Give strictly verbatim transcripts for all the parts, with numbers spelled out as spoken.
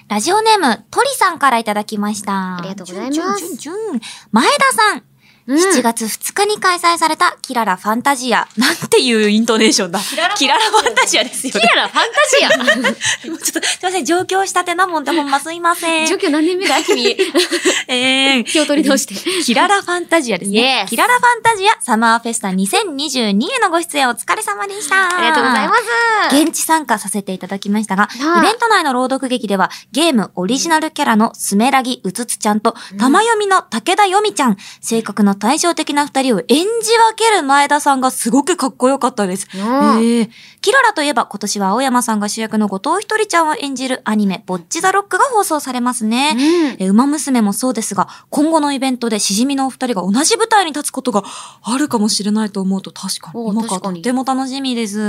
ラジオネーム、トリさんからいただきました。 ありがとうございます。 じゅんじゅんじゅん前田さん。うん、しちがつふつかに開催されたキララファンタジア。なんていうイントネーションだ。キララファンタジアですよね。 キララファンタジアちょっと、すいません、上京したてなもんでほんますいません。 上京何年目だ君。えー、気を取り直して。 キララファンタジアですね。 Yes. キララファンタジアサマーフェスタにせんにじゅうにへのご出演お疲れ様でした。 ありがとうございます。 現地参加させていただきましたが、 はあ、 イベント内の朗読劇では、ゲームオリジナルキャラのスメラギうつつちゃんと、玉読みの武田よみちゃん、性格の対照的な二人を演じ分ける前田さんがすごくかっこよかったです。 うん、 えー、キララといえば今年は青山さんが主役の後藤ひとりちゃんを演じるアニメボッチザロックが放送されますね。うん、え馬娘もそうですが、今後のイベントでしじみのお二人が同じ舞台に立つことがあるかもしれないと思うと確かに今からとても楽しみです。うん、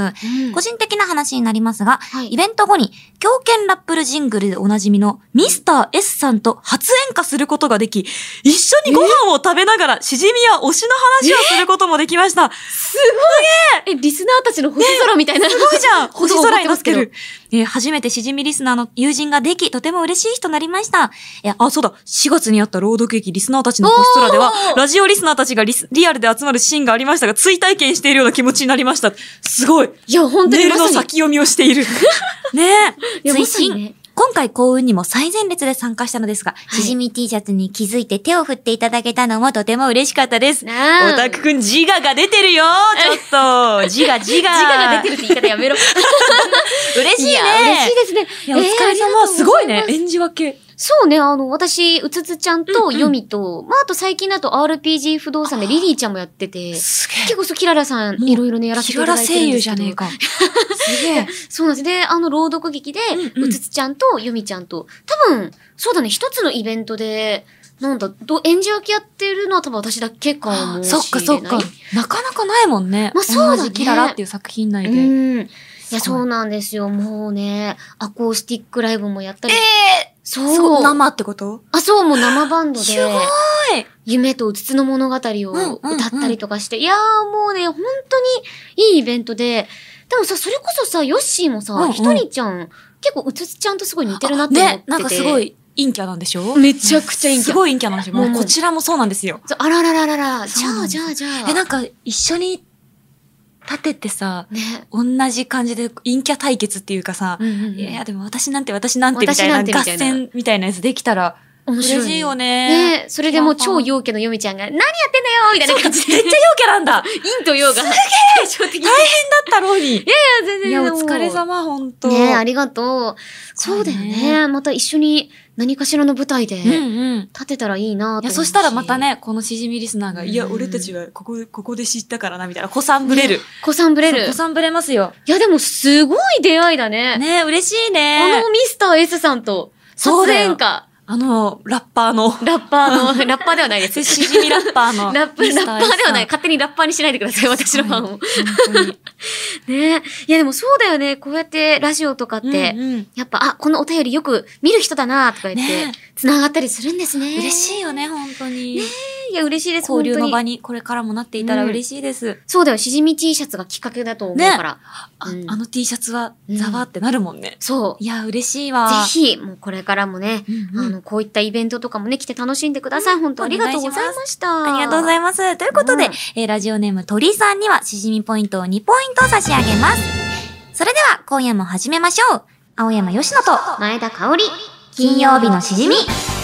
個人的な話になりますが、はい、イベント後に狂犬ラップルジングルでおなじみのミスター S さんと初演歌することができ、一緒にご飯を食べながらしじみや推しの話をすることもできました。 すごい。え、リスナーたちの星空みたいな。 すごいじゃん。星空になってる。えー、初めてしじみリスナーの友人ができ、とても嬉しい日となりました。えー、あ、そうだ。しがつにあった朗読劇リスナーたちの星空では、ラジオリスナーたちがリスリアルで集まるシーンがありましたが、追体験しているような気持ちになりました。すごい。 いや、本当にメールの先読みをしている。ねえ。追伸。 ね、 今回幸運にも最前列で参加したのですが、はい、しじみ T シャツに気づいて手を振っていただけたのもとても嬉しかったです。オタクくん自我が出てるよちょっと自我自我自我が出てるって言い方やめろ。 嬉しいね。 いや嬉しいですね。 いや、お疲れ様、えー、すごいね。演じ分け。 そうね、あの、私、うつつちゃんとヨミと、うんうん、まあ、あと最近だと アールピージー 不動産でリリーちゃんもやってて、 すげえ。 結構そう、キララさん、いろいろね、やらせていただいてるんですけど。 キララ声優じゃねえか。すげえ。 そうなんです。で、あの、朗読劇で、うんうん、うつつちゃんとヨミちゃんと、多分、そうだね、一つのイベントで、なんだ、ど、演じ分けやってるのは多分私だけかもしれない。 そっかそっか。なかなかないもんね。 まあそうだね。 同じキララっていう作品内で。うん。 いや、そうなんですよ。もうね、アコースティックライブもやったり。 ええー、そう。生ってこと？ あ、そう、もう生バンドで。 すごい。 夢とうつつの物語を歌ったりとかして。うんうんうん、いやーもうね、本当にいいイベントで。でもさ、それこそさ、ヨッシーもさ、うんうん、ひとりちゃん、結構うつつちゃんとすごい似てるなって思ってて。 ね、なんかすごい。陰キャなんでしょ？ めちゃくちゃ陰キャ。 すごい陰キャなんですよ。もうこちらもそうなんですよ。 あららららら。じゃあじゃあじゃあ。 え、なんか一緒に立ててさ、 ね、 同じ感じで陰キャ対決っていうかさ、うんうんうん、いやいやでも私なんて私なんてみたいな合戦みたいなやつできたら面白い、嬉しいよね。 ね、それでもう超陽キャのヨミちゃんが何やってんだよみたいな感じで。 めっちゃ陽キャなんだ。 陰と陽が。すげえ大変だったろうに。いやいや全然。 いやお疲れ様ほんと。 ね、ありがとう。そうだよね。また一緒に何かしらの舞台で立てたらいいなと思うし、うんうん、いや、 そしたらまたね、このしじみリスナーが、うん、いや、俺たちはここ、ここで知ったからな、みたいな、子さんぶれる。 子さんぶれる。 子さんぶれますよ。 いや、でもすごい出会いだね。 ね、嬉しいね。 あのミスター S さんと、初演歌。 あの、ラッパーの。 ラッパーの、ラッパーではないです。 しじみラッパーの。 ラップ、ラッパーではない。勝手にラッパーにしないでください、私のファンを。本当に。ねいやでもそうだよね。こうやってラジオとかって、うんうん、やっぱ、あ、このお便りよく見る人だなとか言って、繋がったりするんですね。 嬉しいよね、本当に。 ねいや、嬉しいです。 交流の場にこれからもなっていたら嬉しいです。うん、 そうだよ、しじみ T シャツがきっかけだと思うから。ねあ、うん、あの T シャツは、ざわってなるもんね。 うん、そう。 いや、嬉しいわ。 ぜひ、もうこれからもね、うんうん、あの、こういったイベントとかもね、来て楽しんでください。うん、本当ありがとうございました。 ありがとうございます。ということで、うん、えー、ラジオネーム鳥さんにはしじみポイントをにポイント差し上げます。それでは、今夜も始めましょう。青山よしのと、 前田香織、 金曜日のしじみ。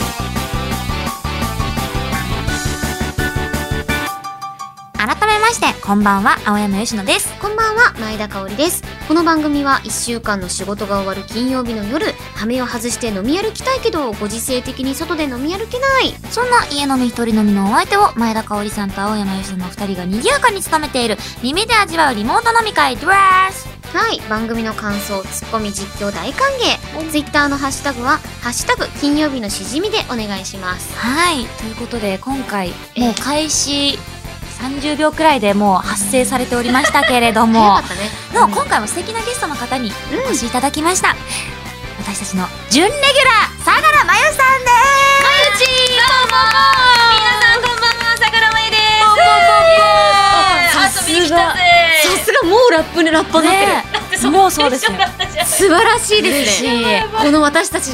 改めまして、こんばんは、青山よしのです。 こんばんは、前田香織です。この番組はいっしゅうかんの仕事が終わる金曜日の夜、羽目を外して飲み歩きたいけど、ご時世的に外で飲み歩けない。 そんな家飲み一人飲みのお相手を、前田香織さんと青山よしのの二人が賑やかに務めている、耳で味わうリモート飲み会、ドラース。 はい、番組の感想、ツッコミ、実況大歓迎。ツイッターのハッシュタグは、ハッシュタグ金曜日のしじみでお願いします。 はい、ということで、今回、もう開始、さんじゅうびょうくらいでもう発生されておりましたけれども、 ねうん、今回も素敵なゲストの方にお越しいただきました、うん、私たちの準レギュラー相良真由さんです。 まゆちーこんばんは。皆さんこんばんは、相良真由です。遊びに来たぜ。さすがもうラップね、ラッパーになってる、 ね、もうそうですね。 素晴らしいですね。この私たちの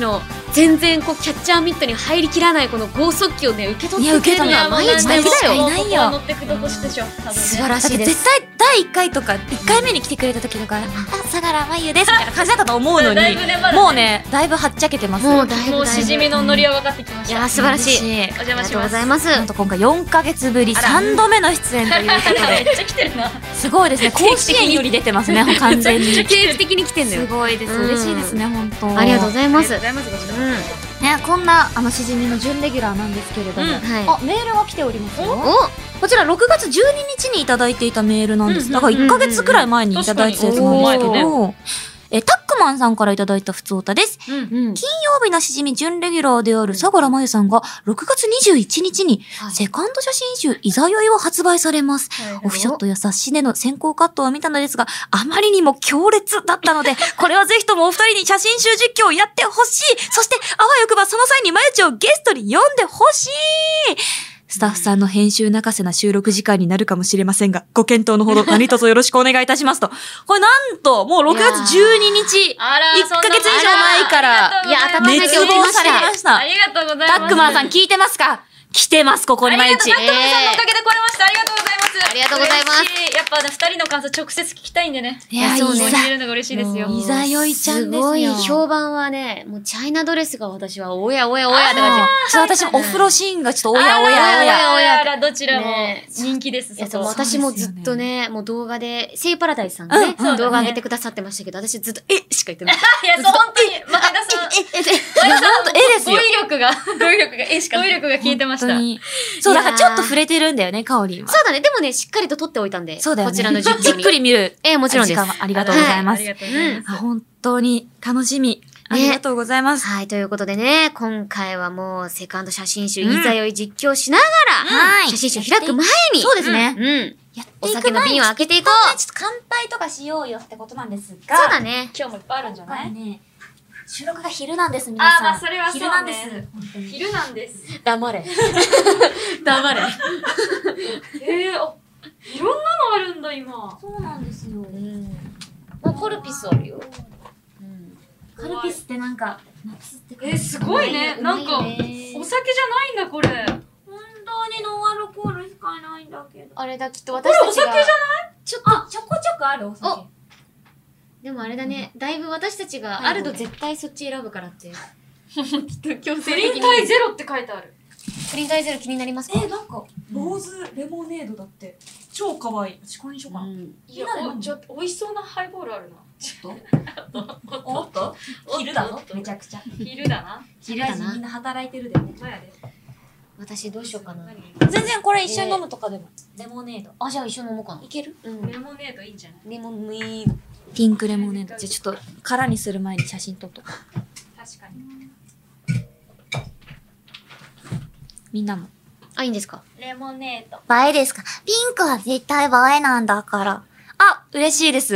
全然こうキャッチャーミットに入りきらないこの剛速球をね受け取ってくれるのは毎日大事だよ。 ないよ。 乗ってくとこしでしょ。 素晴らしいです。 絶対だいいっかいとかいっかいめに来てくれた時とか、あ、相良真由ですみたいな感じだったと思うのに、もうねだいぶはっちゃけてます。 もうだいぶもうしじみのノリは分かってきました。 いや素晴らしい。 い。 お邪魔します。ありがとうございます。 なんと今回よんかげつぶりさんどめの出演ということめっで、 ちゃ来てるな。 すごいですね。甲子園より出てますね、完全に。 定期的に来てんのよ。 すごいです。嬉しいですね、本当。 ありがとうございます。 ありがとうございます。こちら。 ね、こんなあのしじみの準レギュラーなんですけれども、 うんはい。 あ、メールが来ておりますよ。 お、 こちらろくがつじゅうににちにいただいていたメールなんです。 うんだからいっかげつくらい前にいただいてたやつなんですけ確かにど、え、タックマンさんからいただいたふつおたです。 うん。 うん。 金曜日のしじみ準レギュラーである相良真由さんがろくがつにじゅういちにちにセカンド写真集いざよいを発売されます。オフショットや冊子での先行カットを見たのですが、あまりにも強烈だったので、これはぜひともお二人に写真集実況をやってほしい。そして、あわよくばその際にまゆちをゲストに呼んでほしい。スタッフさんの編集泣かせな収録時間になるかもしれませんが、ご検討のほど何卒よろしくお願いいたしますと。これなんと、もうろくがつじゅうににち、 あら、 いっかげつ以上前からいや温めて熱望されましたあ。りがとうございます。 タックマンさん聞いてますか？来てます、ここに毎日。 タックマンさんのおかげで来れました。ありがとうございます。 ありがとうございます嬉しい。やっぱね、二人の感想直接聞きたいんでね。 いやそうね。 いざ見れるのが嬉しいですよ。 いざよいちゃんですよ。 すごい評判はね、もうチャイナドレスが私はおやおやおやって感じ。 そう、私もお風呂シーンがちょっとおやおあらやおや。 おやおやあら、どちらもね人気です。 いやそこそう私もずっとね、もう動画で、セイパラダイスさんがね、 うんうん動画上げてくださってましたけど、私ずっと、えしか言ってない。 いや、そう、本当に、前田さん。 え、え、え、 いや、ほんと、絵ですよ語。彙力が、語彙力が、えしか、語彙力が効いてました。 本当にそう、だからちょっと触れてるんだよね、カオリンは。 そうだね、でもね、しっかりと撮っておいたんで、 そうだよね。 こちらの実況に。 じっくり見る。 ええ、もちろんです。 時間はありがとうございます。 ありがとうございます。 あ、本当に楽しみ。ありがとうございます。 はい、ということでね、今回はもう、セカンド写真集、 うんいざよい実況しながら、 はい写真集開く前に、 そうですねうん。うんやってお酒の瓶を開けていこう。 ちょっと乾杯とかしようよってことなんですそうが。 だね。 今日もいっぱいあるんじゃないね、収録が昼なんです、皆さん。 あーまあそれはそうね昼なんです。本当に昼なんです。 黙れ。黙れ。 ええー、あ、いろんなのあるんだ、今。 そうなんですよ。 うん。まあ、コルピスあるよ。うん。 カルピスってなんか、夏ってえー、すごいね。 うまいなんか、おね酒じゃないんだ、これ。 本当にノンアルコールしかないんだけど。 あれだ、きっとこ私たちが。 れお酒じゃないちょっと、ちょこちょこあるお酒。 おでもあれだね、だいぶ私たちがあると絶対そっち選ぶからって。きっと強制プリン的に。 体ゼロって書いてある。 プリン体ゼロ気になりますか？ え、なんか、ローズレモネードだって。超可愛い。試行にしようかな。 うん。 いや、おちょっと美味しそうなハイボールあるな。 ちょっとおっと昼だぞめちゃくちゃ。 昼だな。 昼だなみんな働いてるでね。 まやで。 私どうしようかな。 全然これ一緒に飲むとかでも。レモネード。 あ、じゃあ一緒に飲もうかな。 いける？ うん。 レモネードいいんじゃない？ レモンネード。 ピンクレモネード。じゃあちょっと空にする前に写真撮っとこう。 確かに。 みんなも。 あ、いいんですか？ レモネード。 映えですか？ピンクは絶対映えなんだから。あ、嬉しいです。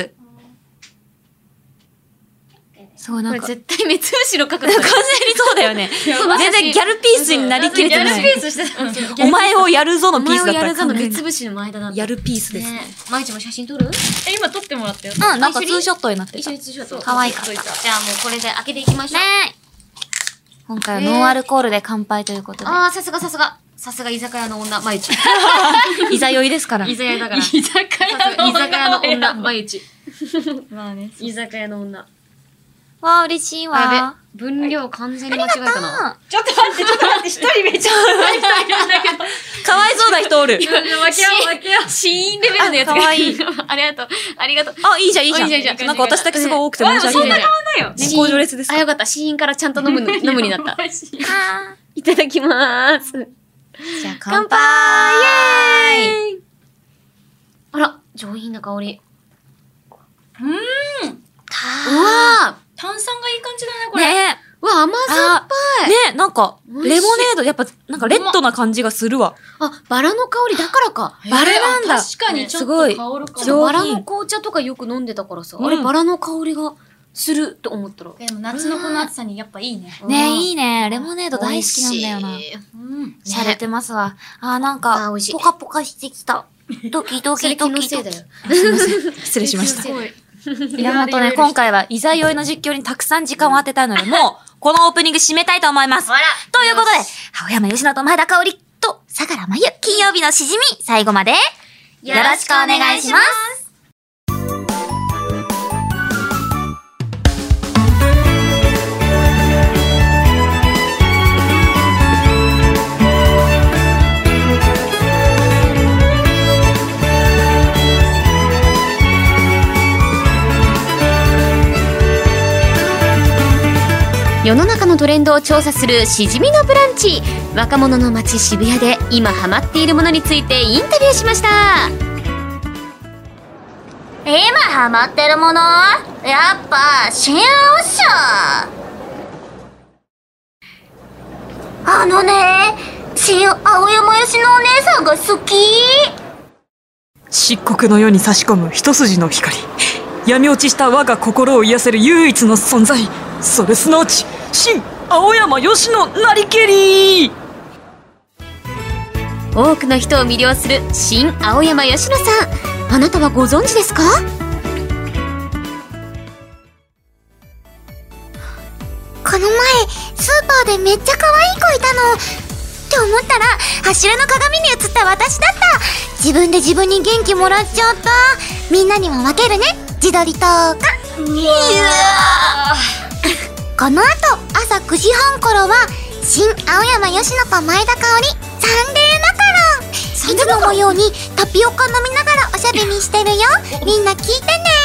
そう、なんか。 これ絶対目つぶしの角度完全にそうだよね。全然ギャルピースになりきれてない。 ギャルピースしてた。 お前をやるぞのピースだった。 お前をやるぞの目つぶぶしの前だなって。 やるピースですね。 ね。まいちも写真撮る？ え、今撮ってもらったよ。 うん、なんかツーショットになってた。 一緒にツーショット。 可愛かったじゃあもうこれで開けていきましょう。 ねえ。今回はノンアルコールで乾杯ということで。 ああ、さすがさすが。さすが居酒屋の女、まゆち。 いざ酔いですから。 居酒屋だから。 居酒屋の居酒屋の女、まゆち。 まあね。 居酒屋の女。 わあ、嬉しいやわ。 べ。分量完全に間違えたな。 ちょっと待って、ちょっと待って、一人めっちゃ可愛い人いるんだけど。 かわいそうな人おる。 分けよう、分けよう。 シーンレベルのやつが。 あ可愛いありがとう。ありがとう。 あ、いいじゃん、いいじゃん。 いいじゃんいいじゃんなんか私だけすごい多くて申し訳ない。 そんな変わんないよ。 年功序列ですかあ、よかった。シーンからちゃんと飲むの、飲むになった。 美味しいあいただきまーす。 ーじゃあ乾乾杯杯イエーイあら、上品な香り。 うーん。 うわ炭酸がいい感じだね、これ。 ねーうわ、甘酸っぱい。 え。ねえ、なんか、 美味しいレモネード、やっぱ、なんかレッドな感じがするわ。 あ、バラの香りだからか。 バラなんだあ確かにちょっとすごい香るか上も。 バラの紅茶とかよく飲んでたからさ、 うんあれバラの香りがすると思ったら。 でも夏のこの暑さにやっぱいいね。 ねえ、 うんいいね。レモネード大好きなんだよな。 美味しいうん。 しゃれてますわ。あー、なんあかー美味しい、 ポカポカしてきた。ドキドそれキドキドキ。 気のせいだよ。 すいません。失礼しました。 気のせいいや、ほんとね、今回はいざ酔いの実況にたくさん時間を当てたいので、もう、 このオープニング締めたいと思います。 あら。 ということで、青山吉野と前田香織と相良真由、金曜日のしじみ、最後までよろしくお願いします。 世の中のトレンドを調査するしじみのブランチ。若者の街渋谷で今ハマっているものについてインタビューしました。 今ハマってるもの、やっぱ新青っしょ。あのね、新青山吉野お姉さんが好き。 漆黒の世に差し込む一筋の光、闇落ちした我が心を癒せる唯一の存在、それすなわち新青山吉野なりけり。 多くの人を魅了する新青山吉野さん、あなたはご存知ですか？ この前スーパーでめっちゃ可愛い子いたのって思ったら、柱の鏡に映った私だった。自分で自分に元気もらっちゃった。みんなにも分けるね、自撮りとか。うわこの後朝くじはんからは新青山吉野と前田香織サンデーマカロン。いつものようにタピオカ飲みながらおしゃべりしてるよ。みんな聞いてね。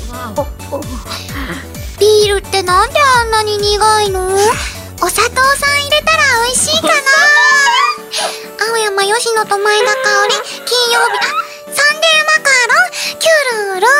ビールってなんであんなに苦いの？お砂糖さん入れたら美味しいかな。青山吉野と前田香織金曜日、あ、サンデーマカロンキュルル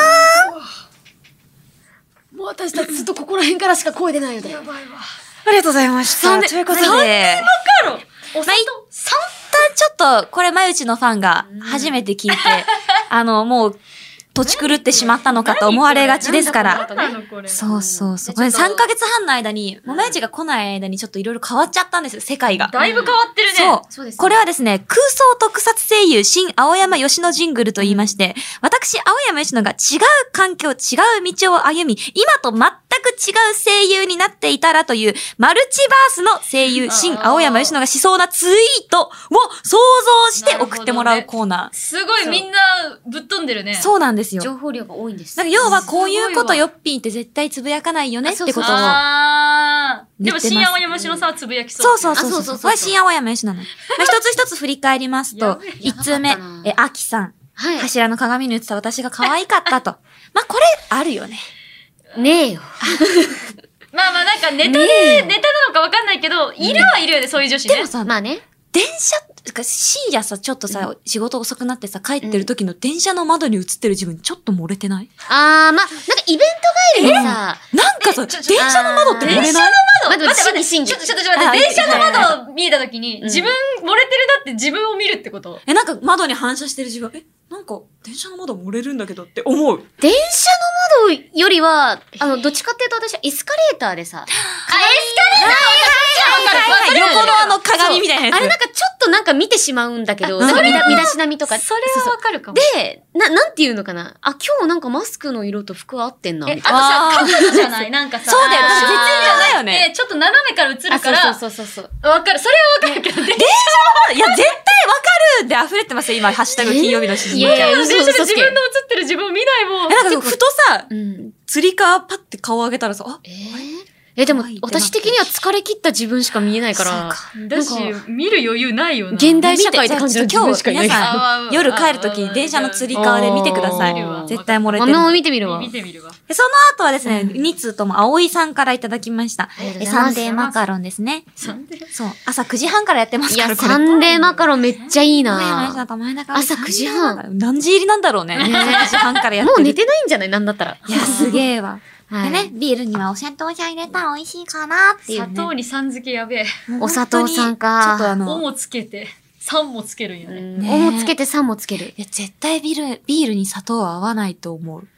ー。 もう私たちずっとここら辺からしか声出ないよね。やばいわ。 ありがとうございました。ということで、 サンデーマカロンお砂糖さんちょっと、これ、まゆちのファンが初めて聞いて、あの、もう、土地狂ってしまったのかと思われがちですから。そうそうそう。これさんかげつはんの間に、もまゆちが来ない間にちょっといろいろ変わっちゃったんですよ、世界が。 だいぶ変わってるね。 そう。 そうですねこれはですね、空想特撮声優、新青山吉野ジングルと言いまして、私、青山吉野が違う環境、違う道を歩み、今と全く違う声優になっていたらという、マルチバースの声優、新青山吉野がしそうなツイートを想像して送ってもらうコーナー。 すごいみんなぶっ飛んでるね。 そうなんですよ。 情報量が多いんです。 なんか要はこういうことよっぴんって絶対つぶやかないよねってことを。 あー。でも言ってます新青山吉野さんはつぶやきそう。 そうそうそうそう。これ新青山吉野なの。まあ一つ一つ振り返りますと、一通目、え、あきさん。 はい。 柱の鏡に映った私が可愛かったと。まあこれ、あるよね。 ねえよ。 まあまあなんかネタで、ネタなのかわかんないけど、いるはいるよね、そういう女子ね。 でもさ、 まあね。 電車、深夜さ、ちょっとさ、仕事遅くなってさ、帰ってる時の電車の窓に映ってる自分、ちょっと漏れてない？ あー、まあ、なんかイベント帰りにさ、 なんかさ、電車の窓って漏れない？ 電車の窓待って待って、 待って審議ちょっとちょっと待って、電車の窓を見えた時に、自分漏れてるだって自分を見るってこと？ え、なんか窓に反射してる自分、え、なんか電車の窓漏れるんだけどって思う。 電車の窓よりは、あの、どっちかっていうと私はエスカレーターでさ、 あ、エスカレーターはいはい、横のあの鏡みたいなやつ。 あれなんかちょっとなんか見てしまうんだけど、 うんなんか身だ身だしなみとか。 それはわかるかも。 で、な、なんていうのかな。あ、今日なんかマスクの色と服合ってんな。 え、 みたいなあとさ、角度じゃないなんかさ。 そうだよあー絶妙だよねえ、ちょっと斜めから映るから。 あそうそうそうそう。 わかる。それはわかるけど、電車いや、絶対わかるで溢れてますよ、今、ハッシュタグ金曜日のしじみちゃん。え、 いやいやの電車で嘘つけ自分の映ってる自分を見ないもん。 なんかふとさ、 うん。 釣り革パッて顔上げたらさ、あ、 えーえ、でもはい私的には疲れ切った自分しか見えないから、 だし、見る余裕ないよな。 現代社会って感じの自分しかいない今日皆から。 さん、夜帰るとき、電車の釣り革で見てくださいあー。 絶対漏れて豆をる。 見てみるわ。 見てみるわ。 でその後はですね、に通とも葵さんからいただきました。 りがとうございますサンデーマカロンですね。 サンデーそう。朝くじはんからやってますいや、 から、これ。 サンデーマカロンめっちゃいい青山吉な野と前田香織朝くじはんサンデーマカロン何時入りなんだろうね。朝くじはんからやってる。 もう寝てないんじゃないなんだったら。 いや、すげえわ。 はいでね、ビールにはお砂糖さん入れたら美味しいかなっていうね。 砂糖にさん付けやべえ。 お砂糖さんかちょっとあおの、 もつけて、さんもつけるんやね。 おもつけてさんもつける。 いや、絶対ビール、ビールに砂糖は合わないと思う。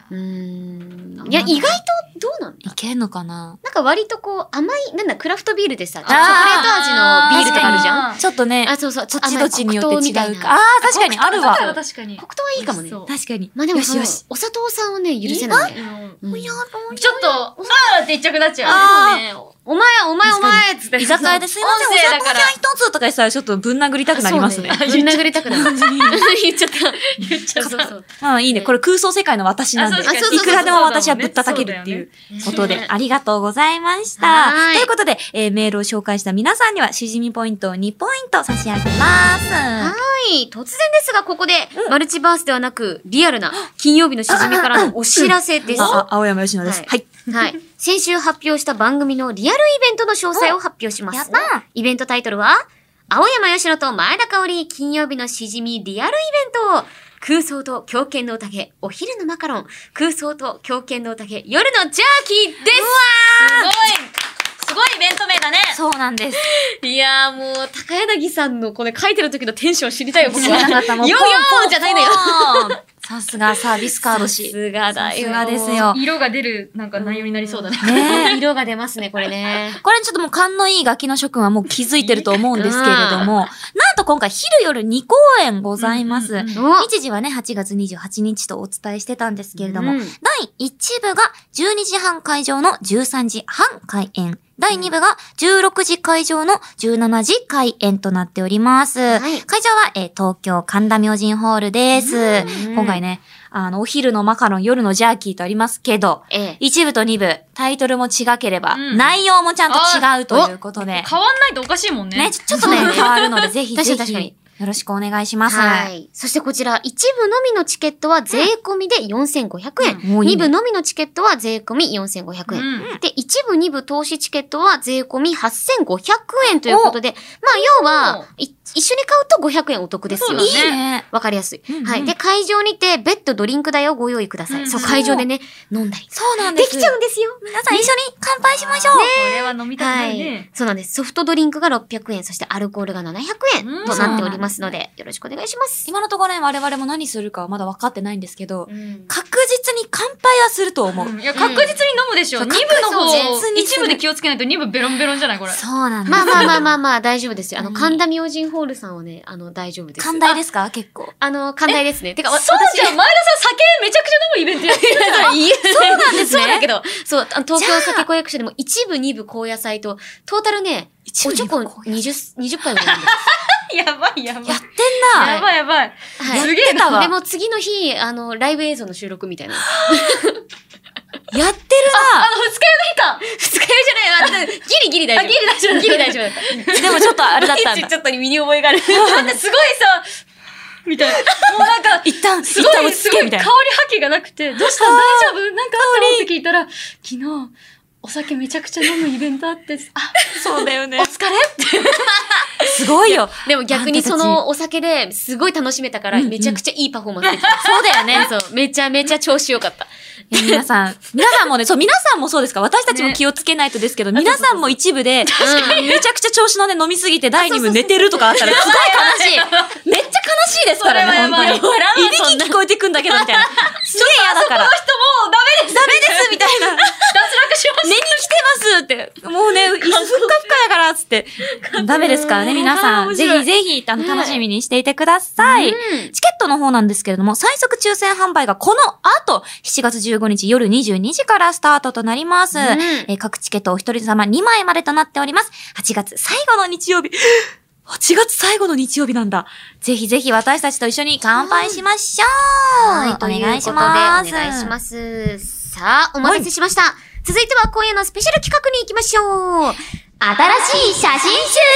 うーん。いや、意外とどうなんだいけんのかな。 なんか割とこう、甘い、なんだ、クラフトビールでさ、チョコレート味のビールとかあるじゃん。 ちょっとね、 あ、そうそう、 土地土地によって違うか。あああ、確かにあるわ。 黒糖確かに。 黒糖はいいかもね。 そう確かに。 まあでもそのよしよし。 お砂糖さんはね、許せないね。うんちょっと、あーって言っちゃくなっちゃう。 あでもね、お前、お前、お前っつって。 居酒屋ですいません、お音声砂だから糖じゃ一つとか言ったらちょっとぶん殴りたくなりますね。 そうぶん殴りたくなる。言っちゃった。 言っちゃった。 そうそう。 まあいいね。これ空想世界の私なんで。 あそうそうそういくらでも私はぶったたけるっていうことで、ありがとうございました。 はいということで、えーメールを紹介した皆さんには、しじみポイントをにポイント差し上げます。 はい。突然ですが、ここで、マルチバースではなく、リアルな金曜日のしじみからのお知らせです。 あ、あ青山吉野です。はい。 はい。先週発表した番組のリアルイベントの詳細を発表します。 やったイベントタイトルは、青山吉野と前田香織金曜日のしじみリアルイベント。空想と狂犬の宴、お昼のマカロン。空想と狂犬の宴、夜のジャーキーです。 すごいすごいイベント名だね。 そうなんです。 いやーもう、高柳さんのこれ書いてる時のテンション知りたいよ、僕は。 知らなかったもうよよーじゃないのよ。 さすがサービスカードさし。 すがだよ。 さすがですよ。 色が出るなんか内容になりそうだね。 ねえ。 色が出ますね、これね。 これちょっともう勘のいいガキの諸君はもう気づいてると思うんですけれども、なんと今回昼夜に公演ございます。 うんうんお日時はね、はちがつにじゅうはちにちとお伝えしてたんですけれども、 うんだいいち部がじゅうにじはん会場のじゅうさんじはん開演。だいに部がじゅうろくじ会場のじゅうしちじ開演となっております。 はい会場は、えー東京神田明神ホールです。 うん今回ね、あの、お昼のマカロン、夜のジャーキーとありますけど、 ええ。 一部と二部、タイトルも違ければ、 うん内容もちゃんと違うということで、 変わんないとおかしいもんね。 ね、ちょちょっとね、変わるので、ぜひぜ確かに確かにひ、よろしくお願いします。 はい。そしてこちら、一部のみのチケットは税込みでよんせんごひゃくえん。 うんもういいね二部のみのチケットは税込みよんせんごひゃくえん。 うんで、一部二部投資チケットは税込みはっせんごひゃくえんということで、まあ、要は、い一緒に買うとごひゃくえんお得ですよね。 いいね。 わかりやすい、 うんうんはい。で、会場にて、ベッド、ドリンク代をご用意ください。 うんそう、会場でね、飲んだり。 そうなんで。 ですきちゃうんですよ。 皆さん一緒に乾杯しましょう。 これは飲みたくなはいるね。。 そうなんです。ソフトドリンクがろっぴゃくえん、そしてアルコールがななひゃくえんうんとなっておりますので、よろしくお願いします。 今のところね、我々も何するかはまだ分かってないんですけど、 うん確実に乾杯はすると思う。 いや、確実に飲むでしょ。 そう二部の方確実、にする一部で気をつけないと二部ベロンベロンじゃないこれ。 そうなんです。 まあまあまあまあまあ、大丈夫ですよ。あの、 うん神田明神ホールさんはね、あの、大丈夫です。 寛大ですか結構。 あの、寛大ですね。てか、わそうじゃん、前田さん酒めちゃくちゃ飲むイベントやってるから。 いいそうなんですねそうだけど、そう、あの東じゃあ京酒子役所でも一部、二部、高野菜と、トータルね、 一部おちょこ二部高野菜にじゅう、にじゅっぱいぐらい飲んでやばいやばい。 やってんな。 やばいやばい。 ます。はい。 すげえな。 でも次の日、あの、ライブ映像の収録みたいな。 やってるあの、二日酔いの日か。 二日酔いじゃない、あギリギリ大丈夫。 あギリ大丈夫ギリ大丈夫だった。 な。でもちょっとあれだったんだ。 ちょっと身に覚えがある。 だってすごいさ、みたいな。もうなんか、 一旦、 すごい、 一旦落ちすごい香り着けみたいな。 吐きがなくて、どうしたの大丈夫なんかあったのって聞いたら、昨日、お酒めちゃくちゃ飲むイベントあって、あ、 そうだよねお。疲れって。 すごいよ。 でも逆にそあんたのお酒ですごい楽しめたから、 うんうんめちゃくちゃいいパフォーマンスできた。 そうだよね。 そう、めちゃめちゃ調子良かった。 いや皆さん、皆さんもね、そう、皆さんもそうですか私たちも気をつけないとですけど、皆さんも一部で、 うんめちゃくちゃ調子のね、飲みすぎてだいに部寝てるとかあったら、すごい悲しい。めっちゃ悲しいですからね、 それはやばい本当に。 笑うわいびき聞こえてくんだけど、みたいな。すげえ嫌だから。 この人もうダメです。 ダメですみたいな。 脱落しまし寝に来てますって。もうね、椅子ふっかふかやから、つって。ダメですからね、皆さん。ぜひぜひ、あの、楽しみにしていてください。 うんチケットの方なんですけれども、最速抽選販売がこの後、しちがつじゅうごにち夜にじゅうにじからスタートとなります。 んえー各チケットお一人様にまいまでとなっております。はちがつ最後の日曜日。はちがつ最後の日曜日なんだ。ぜひぜひ私たちと一緒に乾杯しましょう。 はい、 お願いしということでます。 お願いします。さあ、お待たせしました。続いては今夜のスペシャル企画に行きましょう。新しい写真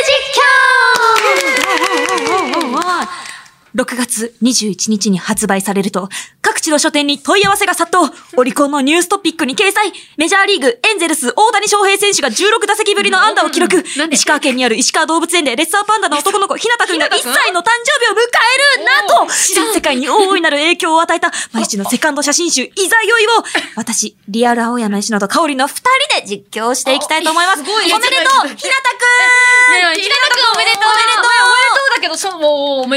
集実況ろくがつにじゅういちにちに発売されると、各地の書店に問い合わせが殺到。オリコンのニューストピックに掲載。メジャーリーグ、エンゼルス、大谷翔平選手がじゅうろくだせきぶりの安打を記録。 なんで石川県にある石川動物園でレッサーパンダの男の子、ひなたくんがいっさいの誕生日を迎える。なんと、全世界に大いなる影響を与えた、毎日のセカンド写真集、いざよいを、私、リアル青山石野と香りの二人で実況していきたいと思います。おめでとう、ひなたくんいや、ひなたくんおめでとう。おめでとう。おめでとうだけど、そう、もう、おめで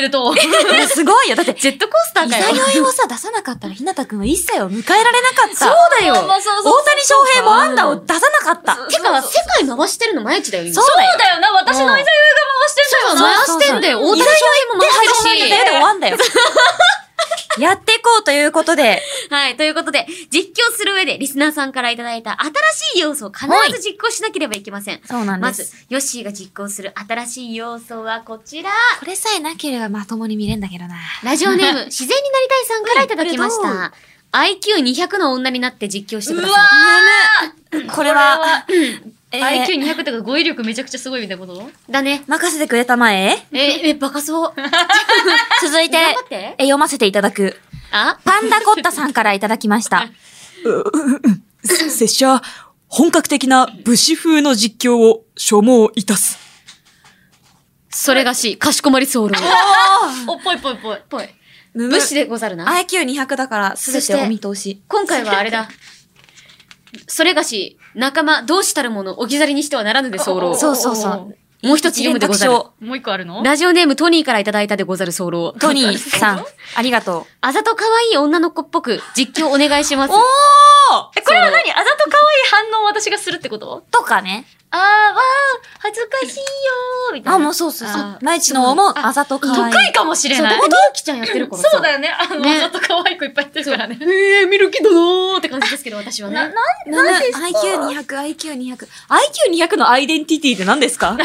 ると。 すごいよ。だって、 ジェットコースターいかよ。 ざ酔いをさ、出さなかったら、ひなたくんは一切を迎えられなかった。 そうだよ。 大谷翔平もアンダを出さなかった。 てか、世界回してるの毎日だよ、今。 そうだよ。 だよな、私のいざ酔いが回してんだよな。 回してんだよ。大谷翔平も回してるし。 で終わんだよ。やっていこうということで。 はい。ということで、実況する上でリスナーさんからいただいた新しい要素を必ず実行しなければいけません。 そうなんで。 ますず、ヨッシーが実行する新しい要素はこちら。 これさえなければまともに見れんだけどな。 ラジオネーム、自然になりたいさんからいただきましうんた。アイキューにひゃく の女になって実況してください。 これは、えーアイキューにひゃく ってか語彙力めちゃくちゃすごいみたいなことだね。 任せてくれたまえ。 え、え、バカそう。 続いて頑張って、 え読ませていただく。 あパンダコッタさんからいただきました。 拙者、本格的な武士風の実況を所望いたす。 それがし、かしこまり候。 お、ぽいぽいぽい。 ぽい。 むむ武士でござるな。 アイキューにひゃく だからすべてお見通し。 今回はあれだ。それがし、仲間、同志たる者、置き去りにしてはならぬで候。 そうそうそう。 もう一つ読むでござる。 一連もう一個あるのラジオネームトニーからいただいたでござる候。 トニーさん、ありがとう。 あざと可愛い女の子っぽく、実況お願いします。 え、これは何あざと可愛い反応を私がするってこととかね。 あーわー、恥ずかしいよー、みたいな。 あ、もうそうそうそうあ。 毎日のもあざとかわいい。 得意かもしれそう、 ないでも、りゆきちゃんやってるからさ。 そうだよね。あの、 ねあざと可愛い子いっぱいやってるからね。 えー、見るけどなーって感じですけど、私はね。 な、なんで アイキューにひゃく、アイキューにひゃく。アイキューにひゃく のアイデンティティって何ですか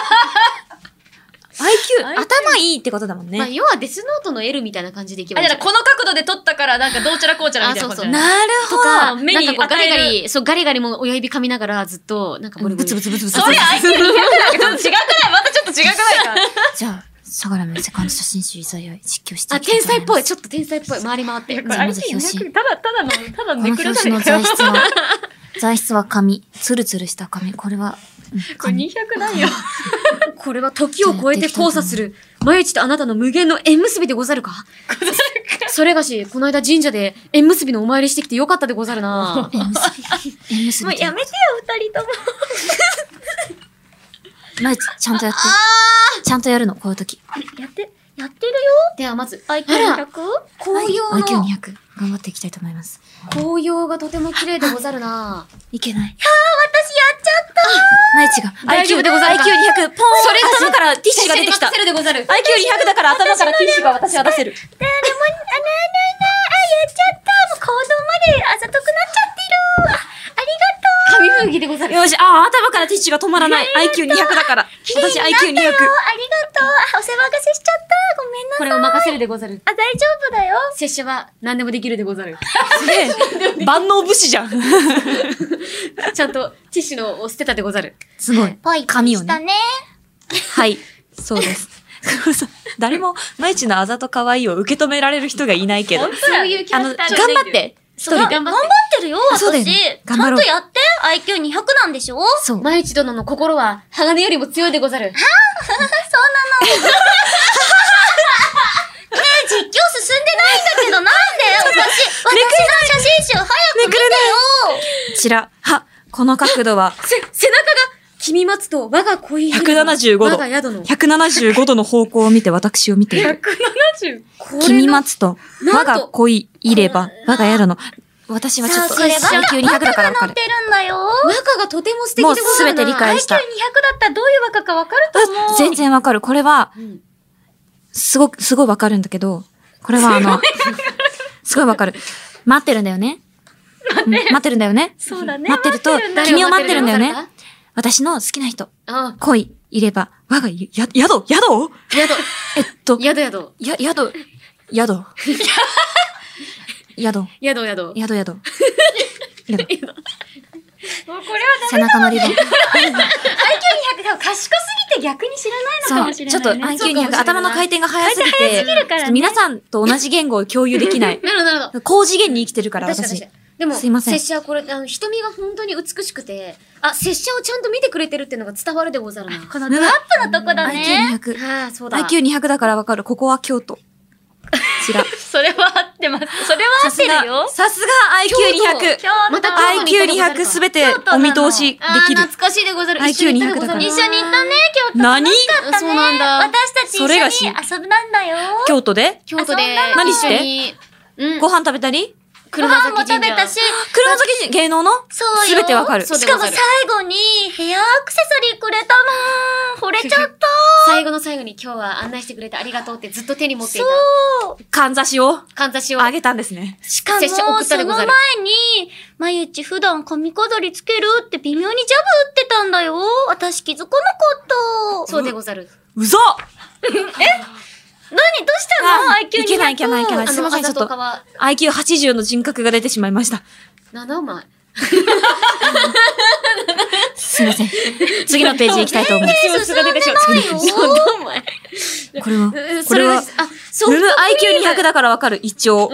アイキュー、頭いいってことだもんね。 まあ、要はデスノートの L みたいな感じでいけばあ、 いいんじゃないじゃあこの角度で撮ったから、なんかどうちゃらこうちゃらみたいなことじゃないなるほど。 とか、 目になんかこうガリガ与えリ、そう、ガリガリも親指噛みながらずっと、なんかボリボリ。 ブツブツブツブツ。 それ アイキューにひゃく なんかちょっと違くないまたちょっと違くないかじゃあ、相良のセカンド写真集いざよい実況してあ、 いきたい天才っぽい。 とちょっと天才っぽい。回り回って。 じゃあまず表紙。 ただ、ただの、ただ思います。この表紙の材質は、材質は紙。ツルツルした紙。これは、うんこれにひゃくないよ。 これは時を超えて交差する。毎日とあなたの無限の縁結びでござるかそれがし、この間神社で縁結びのお参りしてきてよかったでござるな。 縁結び。縁結び。 もうやめてよ、二人とも。 毎日、ちゃんとやって。ちゃんとやるの、こういう時。 やって、やってるよ。 ではまず、 アイキューにひゃく? 紅葉アイキューのにひゃく。頑張っていきたいと思います。 紅葉がとても綺麗でござるな。 いけない。いやー、 私やっちゃった毎日が。 大丈夫でござるかアイキューにひゃく。ポーン。 それが頭からティッシュが出てきた。 任せるでござる。 アイキューにひゃく だから頭からティッシュが私は出せる。 でも、あ、なあなあなあ、あ、やっちゃったもう行動まであざとくなっちゃってるあ、ありがと紙吹雪でござる。 よし、あー、頭からティッシュが止まらない。アイキューにひゃく だから。私 アイキューにひゃく。 うありがとうあ、お世話がせしちゃったごめんなさい。 これを任せるでござる。 あ、大丈夫だよ。 拙者は何でもできるでござる。 万能武士じゃん。 ちゃんとティッシュのを捨てたでござる。 すごい。 ぽい紙をね。 したね。 はい。そうです。誰も、毎日のあざと可愛いを受け止められる人がいないけど。 そういうキャあの、 ラクター頑張って。一人で。 頑張って。 ってるよ、 そうだよ私。 ねちゃ頑張ろうんとやって。アイキューにひゃく なんでしょそう。 毎日殿の心は鋼よりも強いでござる。 実況進んでないんだけど、なんで私、私の写真集早く見てよこちら。は、この角度は、 せ、背中が、君待つと我が恋ひゃくななじゅうごど。 我が宿の。 ひゃくななじゅうごどの方向を見て私を見ている。 ひゃくななじゅう。 君待つと、 なんと我が恋いれば、我が宿の、私はちょっと、 それアイキューにひゃくだからわかる乗って。るんだよ。 和歌がとても素敵もうでござるな。 すべて理解した。 アイキューにひゃくだったらどういう和歌かわかると思う。 全然わかる。これは、 うんすごく、すごいわかるんだけど、これはあの、すごいわかる。待ってるんだよね。うん待ってるんだよね。 そうだね。 待ってると待ってるんだよ君を待ってるんだよね誰を待私の好きな人、 あ恋いれば、我がや、宿宿宿。 えっと、 宿宿。 や、宿、宿。宿、 宿宿。 宿、宿。宿。 もうこれは背中のリボン。 アイキューにひゃくでも賢すぎて逆に知らないのかそう、 もしれない、ね。 ちょっと アイキューにひゃく頭の回転が速すぎ回転速すぎるて、 からねちょっと皆さんと同じ言語を共有できない。 なるほど、なるほど。 高次元に生きてるから、私確かに確か。に。でも、 すいません拙者はこれ、あの、瞳が本当に美しくて、あ、拙者をちゃんと見てくれてるっていうのが伝わるでござるな。 このドアップのとこだアイキューにひゃね。 く。 ああ、そうだ。 アイキューにひゃく だからわかる。ここは京都。こちら。 それは合ってます。それは合ってるよ。 さすが アイキューにひゃく。 今日またアイキューにひゃくすべてお見通しでああ、 きる。 懐かしいでござる。 アイキューにひゃくだから一緒に行ったでござる一緒に行ったね、京都。 何楽しかったね。 そうなんだ私たちそれがし。 遊ぶなんだよ。 京都で京都で、 何して一緒にうん。 ご飯食べたり車ご飯も崎神社食べたし、 車崎神芸能のそうよ。 すべてわかる。 そうしかも最後にヘアアクセサリーくれたの。惚れちゃった。 最後の最後に今日は案内してくれてありがとうってずっと手に持っていた。 そう。 かんざしをかんざしを。 あげたんですね。 しかも、 拙者送ったその前でござるに、まゆち普段髪飾りつけるって微妙にジャブ打ってたんだよ。私気づかなかった。 そうでござる。 うざ何どうしたの ?アイキューにひゃく。 いけないいけないいけない。 あの、 すいません、ちょっとあざとかは、 アイキューはちじゅう の人格が出てしまいました。 なんだお前。 すいません。次のページ行きたいと思います。 進んでないよ。なんだお前。 これは、 うんこれは、 そあ、そう。 ムム アイキューにひゃく だからわかる、イチョウ。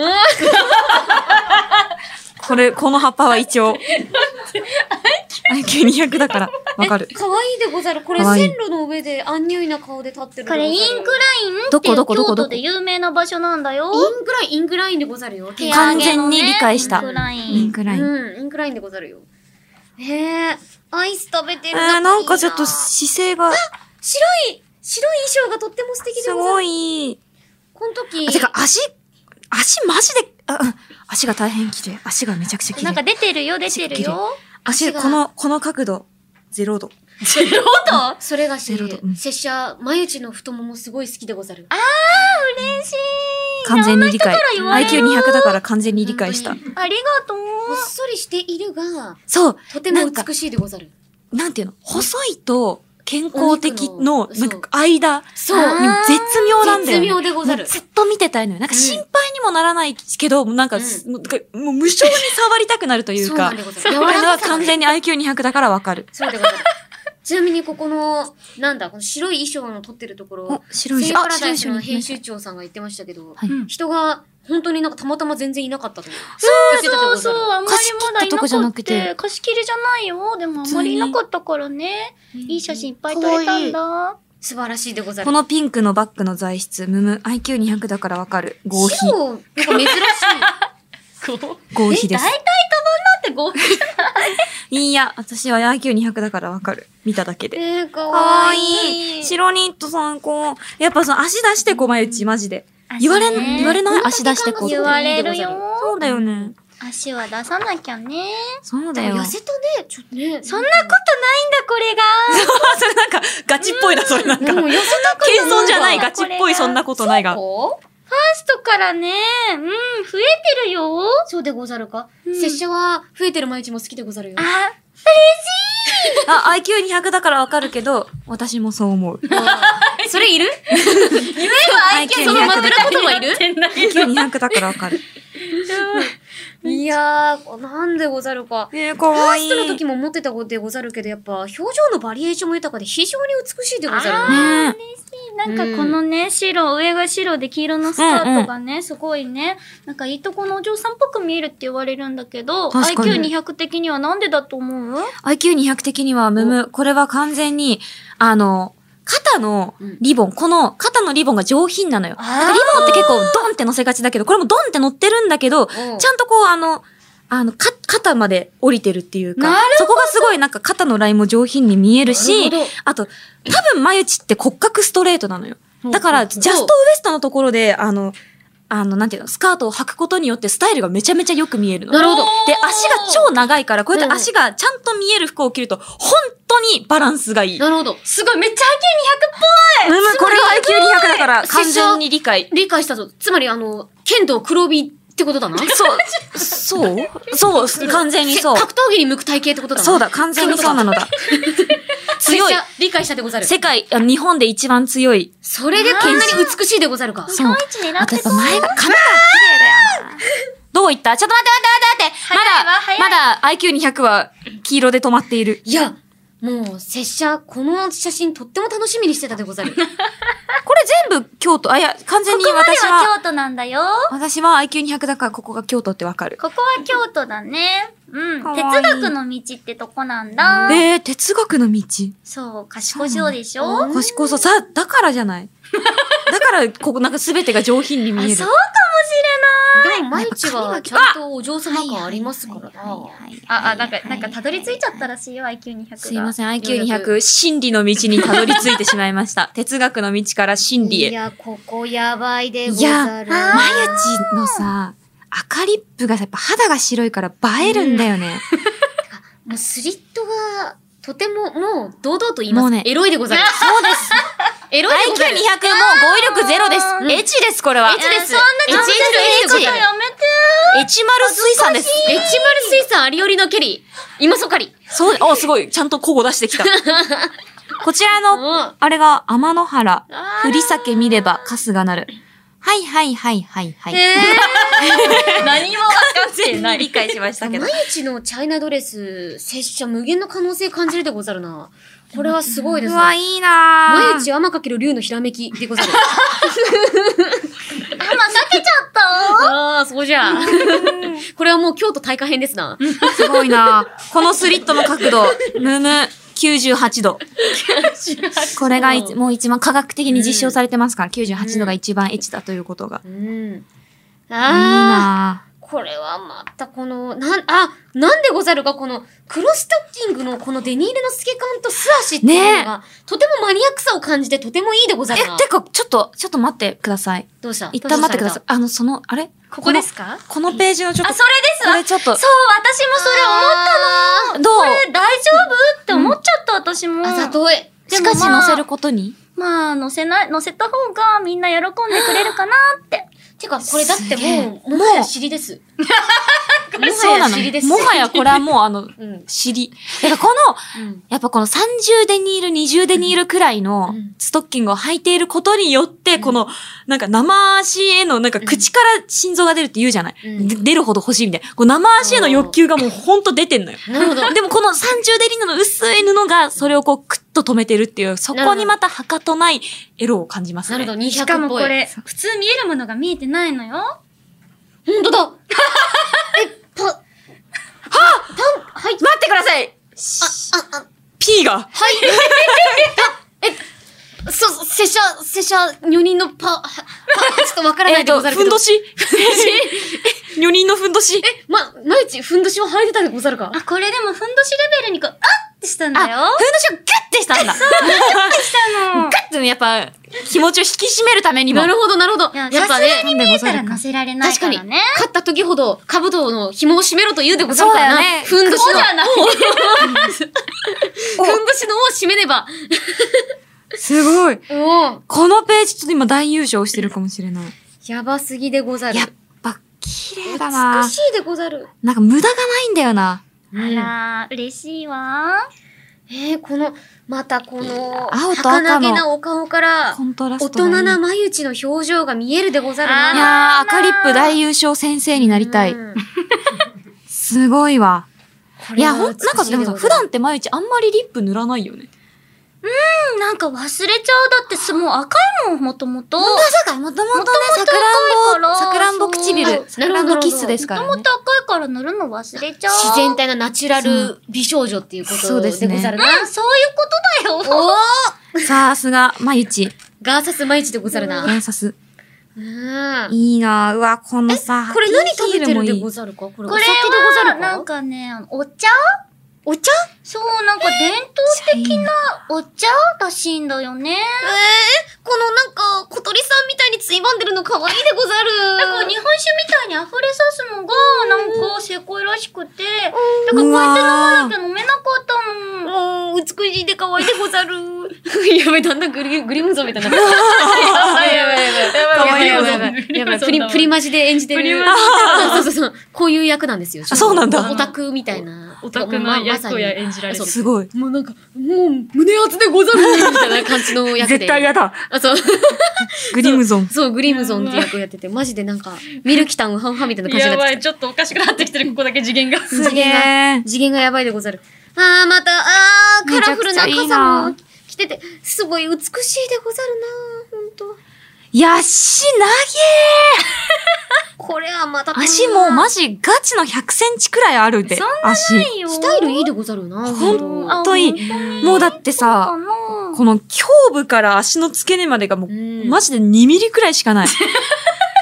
これ、この葉っぱはイチョウ。アイキューにひゃく だからわかる。 かわいいでござる。これかわいい線路の上でアンニュイな顔で立ってるでござる。 これインクラインってどこいうどこどこどこ京都で有名な場所なんだよ。 インクライン、インクラインでござるよ。 手完上げのね全に理解したインクライン。 インクライン。 うん、インクラインでござるよ。へえ、アイス食べてるえー、なんかちょっとし姿勢が、 白い、白い衣装がとっても素敵ですござる。 ごい。 この時、 てか、足、足マジで、あうん足が大変綺麗。足がめちゃくちゃ綺なんか麗。 出てるよ、出てるよ。 足、 足がこの、この角度、ゼロ度。 それがしゼロ度うん、 拙者、眉内の太ももすごい好きでござる。 嬉しい。 完全に理解。 言われるアイキューにひゃく だから完全に理解した本。 ありがとう。 ほっそりしているが、 そう。 とても美しいでござる。 なんていうの細いと健康的のお肉のなんか間そうにも絶妙なんだよね。 絶妙でござるもうずっと見てたいのよ。なんか心配にもならないけど、なんか、 うんもうなんかもう無性に触りたくなるというかそうなんで、ござる。 これは柔らかさが完全に アイキューにひゃく だからわかる。 そうでござる。ちなみにここの、なんだ、この白い衣装の撮ってるところお、、白いセイし、あ、 パラダイス白いし、 の編集長さんが言ってましたけど、 はい人が本当になんかたまたま全然いなかったと。 そう言ってたでそうそう、 ござる。 あんまりまだいな貸し切ったとこじゃかっなくてて、貸し切りじゃないよ。でもあんまりいなかったからね。いい写真いっぱい撮れたんだ。 素晴らしいでござる。 このピンクのバッグの材質、ムム アイキューにひゃく だからわかる。合皮。 白、なんか珍しい。 合皮です大。体多分なんてごいいや、私は アイキューにひゃく だからわかる。見ただけで。 えー、かかわわいいい。 い。 白ニットさん、こう、やっぱその足出してこまゆち、マジで。言われん、 足ね言われない足出してこうって。 言われるよ。 そうだよね。 足は出さなきゃね。 そうだよ。 痩せたね、ちょっとね。 そんなことないんだ、これが。 それなんか、ガチっぽいな、それなんか。 もう痩せたく謙遜じゃない、 がガチっぽい、そんなことないが。 そうファーストからね、うん、増えてるよ。 そうでござるか。拙者は増えてる毎日も好きでござるよ。 あ、 あ、アイキューにひゃく だからわかるけど、私もそう思う。 それいるアイキューそのにひゃく枕言葉いるアイキューにひゃく だからわかる。 いやー、なんでござるか。 えー、かわいい。 ファーストの時も持ってたでござるけど、やっぱ表情のバリエーションも豊かで非常に美しいでござる。 ね嬉しい。なんかこのね、白、上が白で黄色のスカートがね、すごいね、なんかいいとこのお嬢さんっぽく見えるって言われるんだけど、 確かにアイキューにひゃく 的にはなんでだと思う？ アイキューにひゃく 的には、ムム、これは完全に、あの、肩のリボン、この肩のリボンが上品なのよ。なんかリボンって結構ドンって乗せがちだけど、これもドンって乗ってるんだけど、ちゃんとこうあの、あの、か、肩まで降りてるっていうか、そこがすごいなんか肩のラインも上品に見えるし、あと、多分眉内って骨格ストレートなのよ。だから、ジャストウエストのところで、あの、あの、なんていうの、スカートを履くことによってスタイルがめちゃめちゃよく見えるの。 なるほど。 で、足が超長いから、こうやって足がちゃんと見える服を着ると、本当にバランスがいい。 なるほど。 すごい、めっちゃ アイキューにひゃくっぽい。 うん、これは アイキューにひゃく だから完全に理解。 理解したぞ。つまり、あの、剣道黒帯ってことだな。 そう。そうそう、完全にそう。 格闘技に向く体型ってことだな。 そうだ、完全にそうなのだ。強い。 理解したでござる。 世界、あ日本で一番強い。 それでこんなに美しいでござるか。 そう。 日本一狙あとやっぱ前が、髪が綺麗だよな。どういったちょっと待って待って待って待ってまだ、まだ アイキューにひゃく は黄色で止まっている。 いや、もう、拙者、この写真とっても楽しみにしてたでござる。 これ全部京都。あ、いや、完全にここまで私は、 は京都なんだよ。 私は アイキューにひゃく だからここが京都ってわかる。 ここは京都だね。うん。哲かわいい学の道ってとこなんだ。 えー、哲学の道。 そう、賢そうでしょ？ 賢そう。さ、だからじゃない。だから、ここなんか全てが上品に見える。 あ、そうかもしれない。 でも、毎日はちゃんとお嬢様感ありますからな。 あ、あ、なんか、なんかたどり着いちゃったらしいよ、アイキューにひゃく が。 すいません、アイキューにひゃく、心理の道にたどり着いてしまいました。哲学の道から心理へ。 いや、ここやばいでごいや、 ざる。 まゆちのさ、赤リップがさ、やっぱ肌が白いから映えるんだよね。 もうスリットが、とても、もう、堂々と言います。 もうねエロいでござる。 そうです。 エロいでござアイキューる。 にひゃく もう語彙力ゼロです。エチです、これは。 エチです。 そんなエチエチエチでござる。 やめてエチマル水産です。 エチマル水産ありよりのケリー。今そかり。 そう、あ、すごい。ちゃんと古語出してきた。こちらの、あれが、天の原。振り酒見れば、春日なる。はいはいはいはいはい。 え何も分かってない。 理解しましたけど。 毎日のチャイナドレス、拙者無限の可能性感じるでござるな。これはすごいですね。 うわ、いいなぁ。 毎日天かける竜のひらめきでござる。 今避けちゃったああ、そうじゃ。これはもう京都大火編ですな。 すごいなぁ。このスリットの角度、むむ、きゅうじゅうはちど。これがいもう一番科学的に実証されてますから、きゅうじゅうはちどが一番エッチだということが。 うん。 いいあなあ。これはまたこの、なん、あ、なんでござるか、この黒ストッキングのこのデニールの透け感と素足っていうのが、とてもマニアックさを感じてとてもいいでござるな。 え、てか、ちょっと、ちょっと待ってください。 どうした一旦待ってください。あの、その、あれここですか？ このページのちょっと。 あ、それですわ。 これちょっと。 そう、私もそれ思ったの。 どうこれ大丈夫って思っちゃった、私も。 あざとい。 しかし載せることにまあ、載せない、載せた方がみんな喜んでくれるかなって。 てか、これだってすげえもう、もはや尻です。もはそうなのや尻です。 もはやこれはもうあの、 うん。 尻。だからこの、 うん。 やっぱこのさんじゅうデニール、にじゅうデニールくらいのうんストッキングを履いていることによって、この、なんか生足への、なんか口から心臓が出るって言うじゃない、 うんで出るほど欲しいみたいな。こう生足への欲求がもうほんと出てんのよ。 なるほど。 でもこのさんじゅうデニールの薄い布がそれをこうクッと止めてるっていう、そこにまたはかとないエロを感じますね。 なるほど、にひしかゃくっぽい。 もこれ、普通見えるものが見えてないのよ。 ほんとだえ、パ、はぁパン、はい。 待ってくださいあ、あ、 !P がえ、そ、拙者、拙者、女人のパ、は、パ、ちょっとわからないでござるけど。 ふんどし女人のふんどしえ、ま、毎日、ふんどしを履いてたでござるかあ、これでもふんどしレベルにこう、あっってしたんだよ。 あ、ふんどしをギュッてしたんだ。そう、ギュッてしたの。ギュッてやっぱ、気持ちを引き締めるためにも。 なるほど、なるほど。 いや、 やっぱね、 さすがに見えたら乗せられない確かに、 からね。 勝った時ほど、兜の紐を締めろと言うでござるからな。 そうだよねふんどしの。 そうじゃない。 ふんどしのを締めねば。 すごい。 おお。 このページちょっと今大優勝してるかもしれない。 やばすぎでござる。 やっぱ、綺麗だな美しいでござる。 なんか無駄がないんだよな。 あら、嬉しいわ。 えー、この、またこの、 青と赤の儚げなお顔からコ、ントラス大トがいい。 人な眉内の表情が見えるでござるな。 いやー、赤リップ大優勝先生になりたい。 うんすごいわ。いや、ほん、なんこれはかでもさ、普段って毎日あんまりリップ塗らないよね。 なんか忘れちゃう。だってす、もう赤いもん、もともと。もまさか、もともとね、さく赤いかららんぼ、さくらんぼ唇、 そうさくらんぼキッスですからねとも。と赤いから塗るの忘れちゃう。 自然体のナチュラル美少女っていうことそうですねでござるな。 うん、そういうことだよ。 おーさすが、まゆち、 ガーサス毎日でござるな。 ガンサス。 うん。 いいなぁ。うわ、このさ、 これ何食べてるでごいざるかこれおこれ酒でござは、なんるかかね、あのお茶お茶そう、なんか伝統的なお茶らしいんだよね。 えー、このなんか、小鳥さんみたいについばんでるの可愛いでござる。 なんか日本酒みたいに溢れさすのが、なんかせこいらしくて、だからこうやって飲まなきゃ飲めなかったの。 もう、美しいで可愛いでござる。やばい、だんだんグリグリムゾンみたいになってる。やばいやばいやばい。 可愛いやばいやばい。やばい、プリ、プリマジで演じてる。そうそうそう。こういう役なんですよ。 あそうなんだオタクみたいな。 オタクな役を演じられてる。 すごい。 もうなんか、もう、胸熱でござるみたいな感じの役で。 絶対嫌だ。 あ、そう。 グリムゾン。 そう、グリムゾンって役をやってて、マジでなんか、ミルキタンウハウハみたいな感じにやばい、 なってきちょっとおかしくなってきてる、ここだけ次元が。 すげーた。。次元がやばいでござる。あー、また、あー、カラフルなめちゃくちゃいい傘なも着てて、すごい美しいでござるなほんと。 やしなこれはまた、 げー。足もうマジガチのひゃくセンチくらいあるで。 そんな足。 いいよ。 スタイルいいでござるなほんんといい。もうだってさ、この胸部から足の付け根までがもう、 うんマジでにミリくらいしかない。す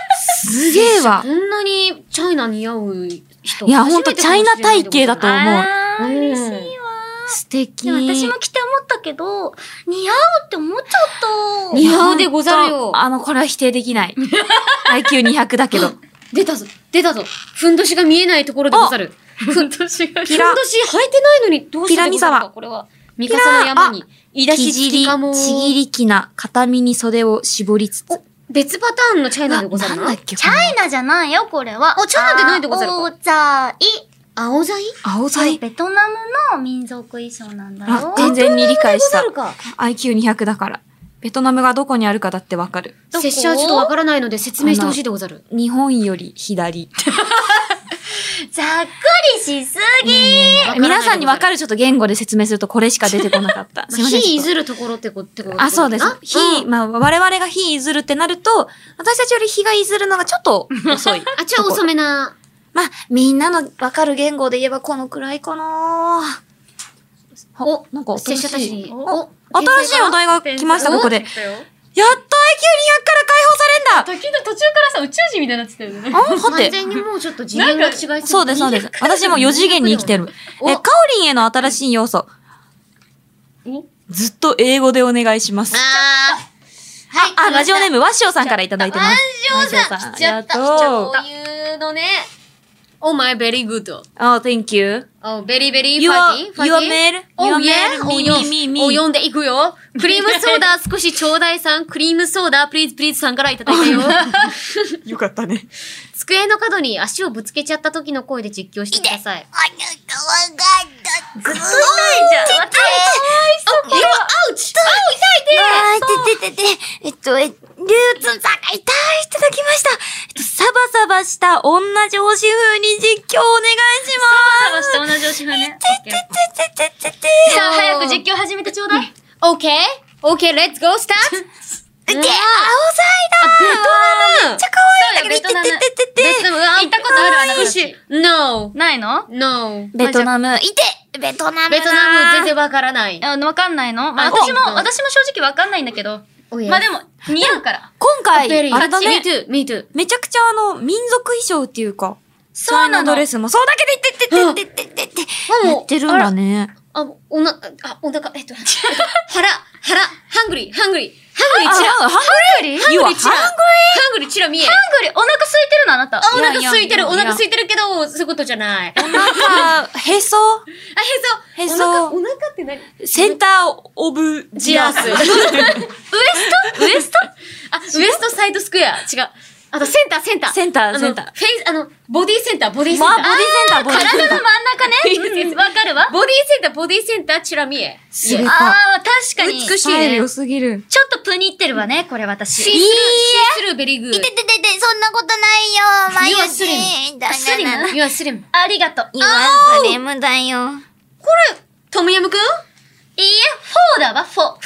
すげえわこ。んなにチャイナ似合う人。 いや、ほんとチャイナ体型だと思う。 あー、嬉しいわ。 素敵。 でも私も着て思ったけど、似合うって思っちゃった。 似合うでござるよ。 あの、これは否定できない。アイキューにひゃく だけど。 出たぞ、出たぞ。ふんどしが見えないところでござる。ふんどしが。 ピラふんどし履いてないのにどうしてでござるピラミサワかこれは。三笠の山に。言い出し付きかも。 ちぎりきな、片身に袖を絞りつつ。 お、別パターンのチャイナでござるな。 なんだっけチャイナじゃないよ、これは。 おチャイナでないでござるか青ざい。 青材青材ベトナムの民族衣装なんだよ。 あ、全然に理解したベトナムでござるか。 アイキューにひゃく だから。ベトナムがどこにあるかだってわかる。 どこ拙者はちょっとわからないので説明してほしいでござる。 日本より左。 ざっくりしすぎ。 皆さんにわかるちょっと言語で説明するとこれしか出てこなかった。すいません。 火いちょっずるところってことってこととあ、そうです。火、まあ、我々が火いずるってなると、私たちより火がいずるのがちょっと遅い。 あ、ちょ、遅めな。 まあ、みんなのわかる言語で言えばこのくらいかな。 お、 なんか新しい拙者たちに。 お新しいお題が来ました、ここで。やっと アイキューにひゃく から解放されんだ。 時の途中からさ、宇宙人みたいになってたよね。 あ、は完て。 全にもうちょっと次元が違いすぎて。 そうです、そうです。私もよ次元に生きてる。え、カオリンへの新しい要素。ずっと英語でお願いします。 あー。はい。 あ、ラジオネーム、ワッショーさんからいただいてます。 ラジオさんワッショー来ちゃった。 ありがとうこういうのね。Oh my, very good. Oh, thank you. Oh, very, very Your, fighting. your mail? Oh, Your yeah. mail? お Me, よ me, me, お、 me. 読んでいくよ。クリームソーダ少しちょうだいさん。クリームソーダ、プリーズプリーズさんからいただいたよ。 よかったね。 机の角に足をぶつけちゃった時の声で実況してください。 ずっと痛いじゃん。私、 あ、え、アウチあー、てててて、えっと、え、ルーツさんが痛いいただきました。 えっと、サバサバした女上司風に実況お願いしサバした同じおしふね。 てててててて。 さあ、早く実況始めてちょうだい。 オッケーオッケー、レッツゴースタートで、青菜だ。 ベトナムめっちゃ可愛いんだけど、 ベトナムててててて。 ベトナム、あ行ったことあるあなたたち。 No, ないの no. ベトナム。 いてベトナムだ。 ベトナム全然わからない。 あ、わかんないのまあ、 あ私も、 お私も正直わかんないんだけど。 おやまあでも、似合うから。 今回、 ベリー。 あれだ Me ね。 too, me too. めちゃくちゃあの、民族衣装っていうか、 そうなのチャイナドレスも、そうだけで言ってってってってってって。やってるんだね。 あ、おな、あ、お腹、えっと、えっと腹、腹、ハングリー、ハングリー、ハングリー、チラ、 あ、ハングリーハングリー、チラ、ハハンングリー、チラ見え。 ハングリー、お腹空いてるのあなた。 あ、お腹空いてる、おいやいや腹空いてるけど、そういうことじゃない。あ、へそ。 なんか、へそ、 へそ。 へそお腹、お腹って何センターオブジアス。 ウエストウエストあ、ウエストサイドスクエア。違う。あと、センター、センター。 センターあのセンターフェイス、あの、ボディセンター、ボディセンター。 まあ、ボディセンター、ボディセンター。 体の真ん中ね。わかるわ。 ボディセンター、ボディセンター、チラ見え。 すげえああ、確かに。 美しいねスタイル良。すぎる。 ちょっとプニってるわね、これ私。 シースルー、シースルーベリーグー。 いてててて、そんなことないよ。マ You ヨ are チ slim. だスリムなな。 You are slim. ありがとう。い言わずレムだよ。 これ、トムヤムくんいえ、フォーだわ、フォー。フォー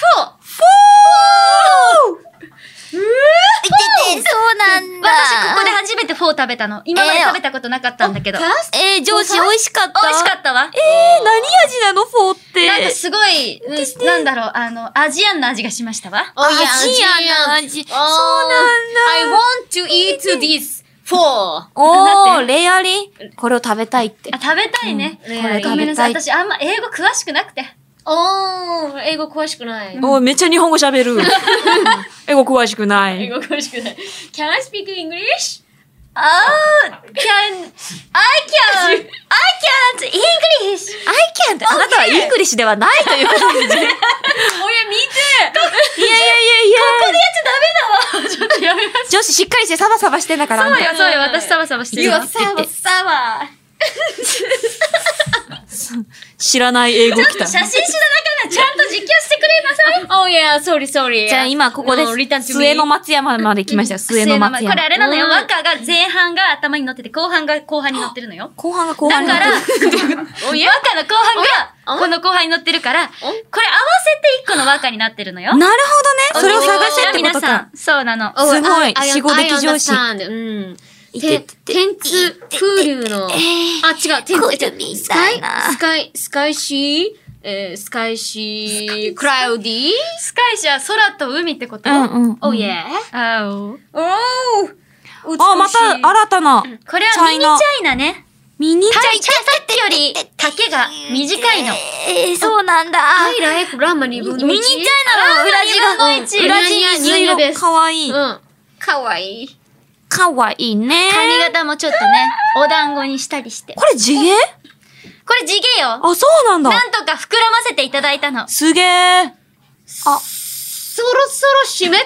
いてて、そうなんだ。 私ここで初めてフォー食べたの。今まで食べたことなかったんだけど。 えー、上司美味しかった。 美味しかったわ。 えー、何味なの、フォーって。 なんかすごい、うんなんだろう、あの、アジアンな味がしましたわ。 アジアンな味そうなんだ。I want to eat this for. おー、レアリこれを食べたいってあ、。食べたいね。 これごめんなさい。 食べたい私あんま英語詳しくなくて。 おー、英語詳しくない。 おー、めっちゃ日本語喋る。英語詳しくない。 英語詳しくない。Can I speak English? あー、can, I can, I can't English! I can't! あなたはイングリッシュではないということですね。 おや、見ていやいやいやいや。ここでやっちゃダメだわ。ちょっとやめましょう。女子しっかりしてサバサバしてんだから。 そうよ、そうよ、私サバサバしてる You わ are sour, sour. 知らない英語来た。 写真知らなきゃな、ちゃんと実況してくれなさい。 Oh yeah, sorry, sorry. じゃあ今ここで No, return to me. 末の松山まで来ましたよ。末の松山。 これあれなのよ、 うん和歌が前半が頭に乗ってて、後半が後半に乗ってるのよ。 後半が後だ半にから、 なってる。 和歌の後半が、この後半に乗ってるから、これ合わせて一個の和歌になってるのよ。 なるほどね。それを探せってこと皆さかん。。そうなの。 Oh, すごい I- I- 死後的上司 I understand. うん。 いてて、天通、風流の、あ、違う、天こ通、 れみスカイたいな、 スカイ、スカイシー、えー、スカイシー、クラウディー、 スカイシは空と海ってことうんうん。 Oh yeah. あお。 Oh! あ、また新たな。 これはミニチャイナね。 ミニチャイナ。 さっきより丈が短いの。 えー、そうなんだ。 ハイライフランマにぶんのいち。 ミニチャイナの裏地が、裏地水色かわいい。 うん。かわいい。 かわいいね。 髪型もちょっとね、お団子にしたりして。 これ地毛？ これ地毛よ。 あ、そうなんだ。 なんとか膨らませていただいたの。 すげー。あ、 そろそろ閉めて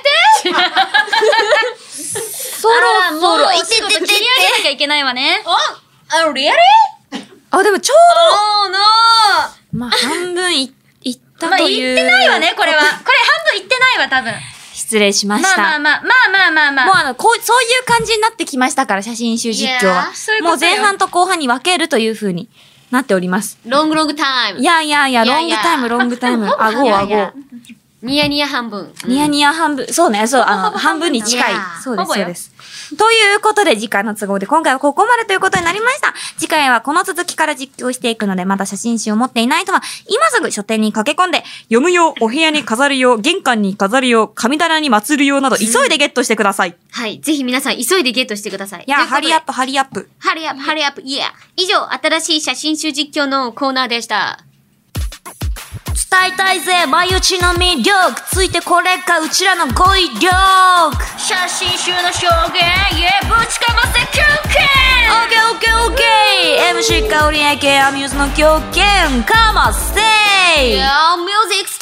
そろそろ、いてててて。切り上げなきゃいけないわね。 あ、あ、リアル？ あ、でもちょうど、 まあ、半分い、いったまあ、 という。 言ってないわね、これは。これ半分いってないわ、多分。 失礼しました。 まあまあまあ、まあまあまあまあ。 もうあの、こう、そういう感じになってきましたから、写真集実況は。 そういうことよ。 もう前半と後半に分けるという風になっております。 ロングロングタイム。 いやいやいや、 いやいやロングタイム、ロングタイム。あごあご。 ニヤニヤ半分。 ニヤニヤ半分。そうね、そう、あの、半分に近いいや。 そうです、 ほぼよそうです。ということで、時間の都合で今回はここまでということになりました。次回はこの続きから実況していくので、まだ写真集を持っていない人は、今すぐ書店に駆け込んで、読む用、お部屋に飾る用、玄関に飾る用、神棚に祀る用など、急いでゲットしてください。 はい。ぜひ皆さん急いでゲットしてください。 いや、ハリアップ、ハリアップ。 ハリアップ、ハリアップ、イエー。以上、新しい写真集実況のコーナーでした。 伝えたいぜ、眉打ちの魅力。ついてこれか、うちらの語彙力。 写真集の証言、イェー、ぶちかませ狂犬。 オッケーオッケーオッケー。エムシー 香り エーケー アミューズの狂犬、かませー。 いやー、ミュージックス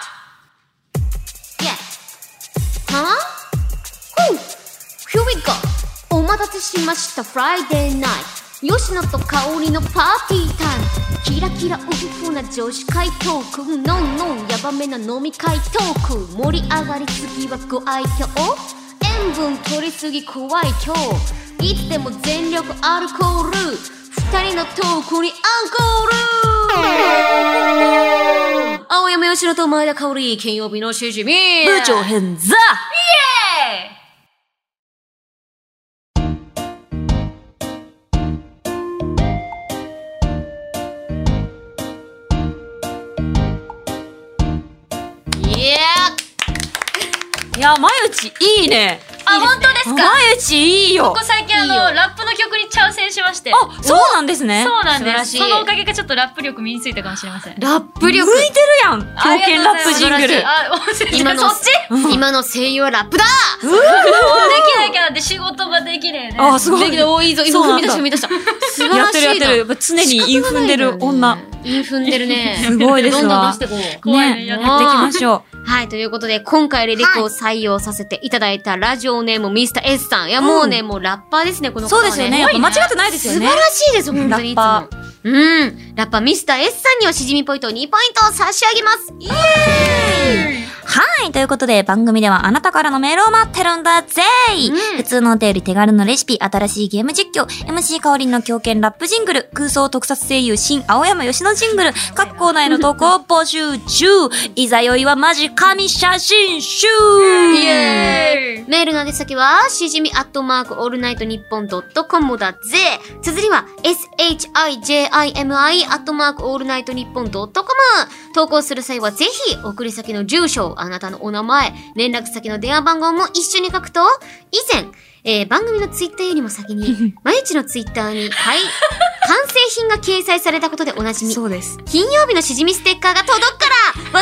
タート。イェー。はぁ？ Here we go。お待たせしました、Friday night。吉野と香りのパーティータイム。キラキラウフフな女子会トーク。ノンノンヤバめな飲み会トーク。盛り上がりすぎはご愛嬌。塩分取りすぎ怖い今日。いつでも全力アルコール。二人のトークにアンコール。青山吉野と前田香織、金曜日のしじみ。 部長編ザ。イエーイ。いや、前打ちいいね。 あ、本当ですか？ 前打ちいいよ。 ここ最近あの、ラップの曲に挑戦しまして。 あ、そうなんですね。 そうなんです。 素晴らしい。 そのおかげがちょっとラップ力身についたかもしれません。 ラップ力。 向いてるやん。狂犬ラップジングル。 あ、 今の、 そっち今の声優はラップだできないからって仕事ができねえね。 あ、すごい。 できた、お、いいぞ、今踏み出した、踏み出した。素晴らしい。 やってるやってる。常にイン踏んでる女。 イン踏んでるね。 すごいですわ。 どんどん出してこう。 怖いね。 やっていきましょう。 はい、ということで、今回レリコを採用させていただいたラジオネームミスター S さん。いや、もうね、もうラッパーですね、この方はね。 そうですよね。やっぱ間違ってないですよね。 素晴らしいです、本当にいつも。 ラッパー。うん。ラッパーミスター S さんにはしじみポイントにポイントを差し上げます。イエーイ。 はい。ということで、番組ではあなたからのメールを待ってるんだぜー、うん、普通のお手より手軽のレシピ、新しいゲーム実況、エムシー 香りの狂犬ラップジングル、空想特撮声優新青山吉野ジングル、各コーナーへの投稿を募集中。いざよいはマジ神写真集。 イエーイ。メールの宛先は、しじみアットマークオールナイトニッポンドットコムだぜ。綴りは、エスエイチアイジェイアイエムアイ アットマークオールナイトニッポンドットコム。投稿する際はぜひ、送り先の住所、あなたのお名前、連絡先の電話番号も一緒に書くと、以前、えー、番組のツイッターよりも先に、まゆちのツイッターに、はい、完成品が掲載されたことでおなじみ。 そうです。 金曜日のしじみステッカーが届くから、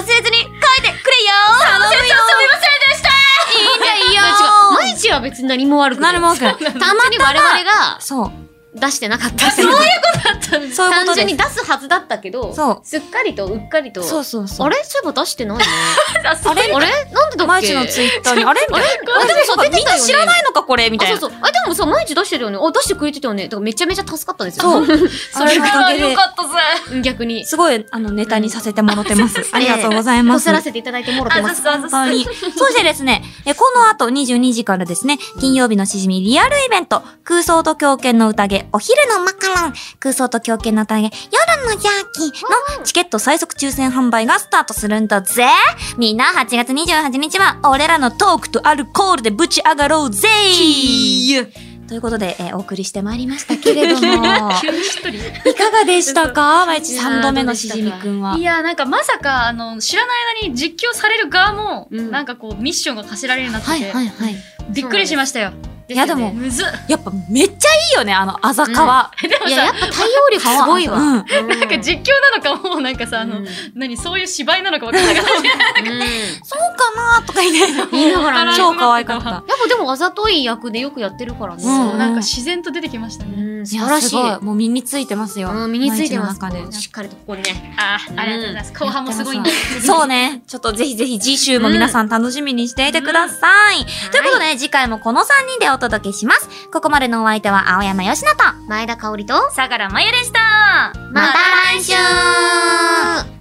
忘れずに書いてくれよ。 頼むよ。すみませんでした。 いいんだよ。まゆちは別に何も悪くない。 何も悪くない。 たまに我々が、 そう。 出してなかった。 そういうことだったんです。 そういうことです。 単純に出すはずだったけど、 そう。 すっかりとうっかりと。 そうそうそう。 あれそういえば出してないね。 あれあれなんでだっけ？ 毎日のツイッターに、あれみたいな。 あれでもさ、出てたよね。 みんな知らないのかこれみたいな。 そうそう。あ、でもさ、毎日出してるよね。あ、出してくれてたよね。だからめちゃめちゃ助かったんですよ。 そう。 それがよかったぜ。 逆に。 すごい、あの、ネタにさせてもらってます。ありがとうございます。 こすらせていただいてもらってます。 本当に。そしてですね、この後にじゅうにじからですね、金曜日のしじみリアルイベント、空想と狂犬の宴、お昼のマカロン、空想と狂犬の宴、夜のジャーキーのチケット最速抽選販売がスタートするんだぜ。みんなはちがつにじゅうはちにちは、俺らのトークとアルコールでぶち上がろうぜということで、えー、お送りしてまいりましたけれども急にしっとりいかがでしたか毎日さんどめのしじみくんは。 いや、なんかまさか、あの、知らない間に実況される側も、うん、なんかこう、ミッションが課せられるようになってて、 はいはいはい。 びっくりしましたよ。 いやでも、 むずっ。 やっぱめっちゃいいよね、あの、あざかわ。 でもいや、やっさ、 ぱ対応力すごいわ。 うん。 なんか実況なのかもうなんかさ、あの、何、そういう芝居なのか分からなかった。 うん。 そうかなとか言って。 言いながらね超可愛かった。 やっぱでもあざとい役でよくやってるからね。 うんそう、なんか自然と出てきましたね。 うん、素いや晴らしい。 すごいもう身についてますよ。 うん、身についてます。 毎日の中で。 しっかりとここにね。 あー、ありがとうございます。後半もすごいんで。 そうね。ちょっとぜひぜひ次週も皆さん楽しみにしていてください。ということで、次回もこのさんにんでお届けします。ここまでのお相手は青山よしなと、 前田香織と、 相良真由でした。 また来週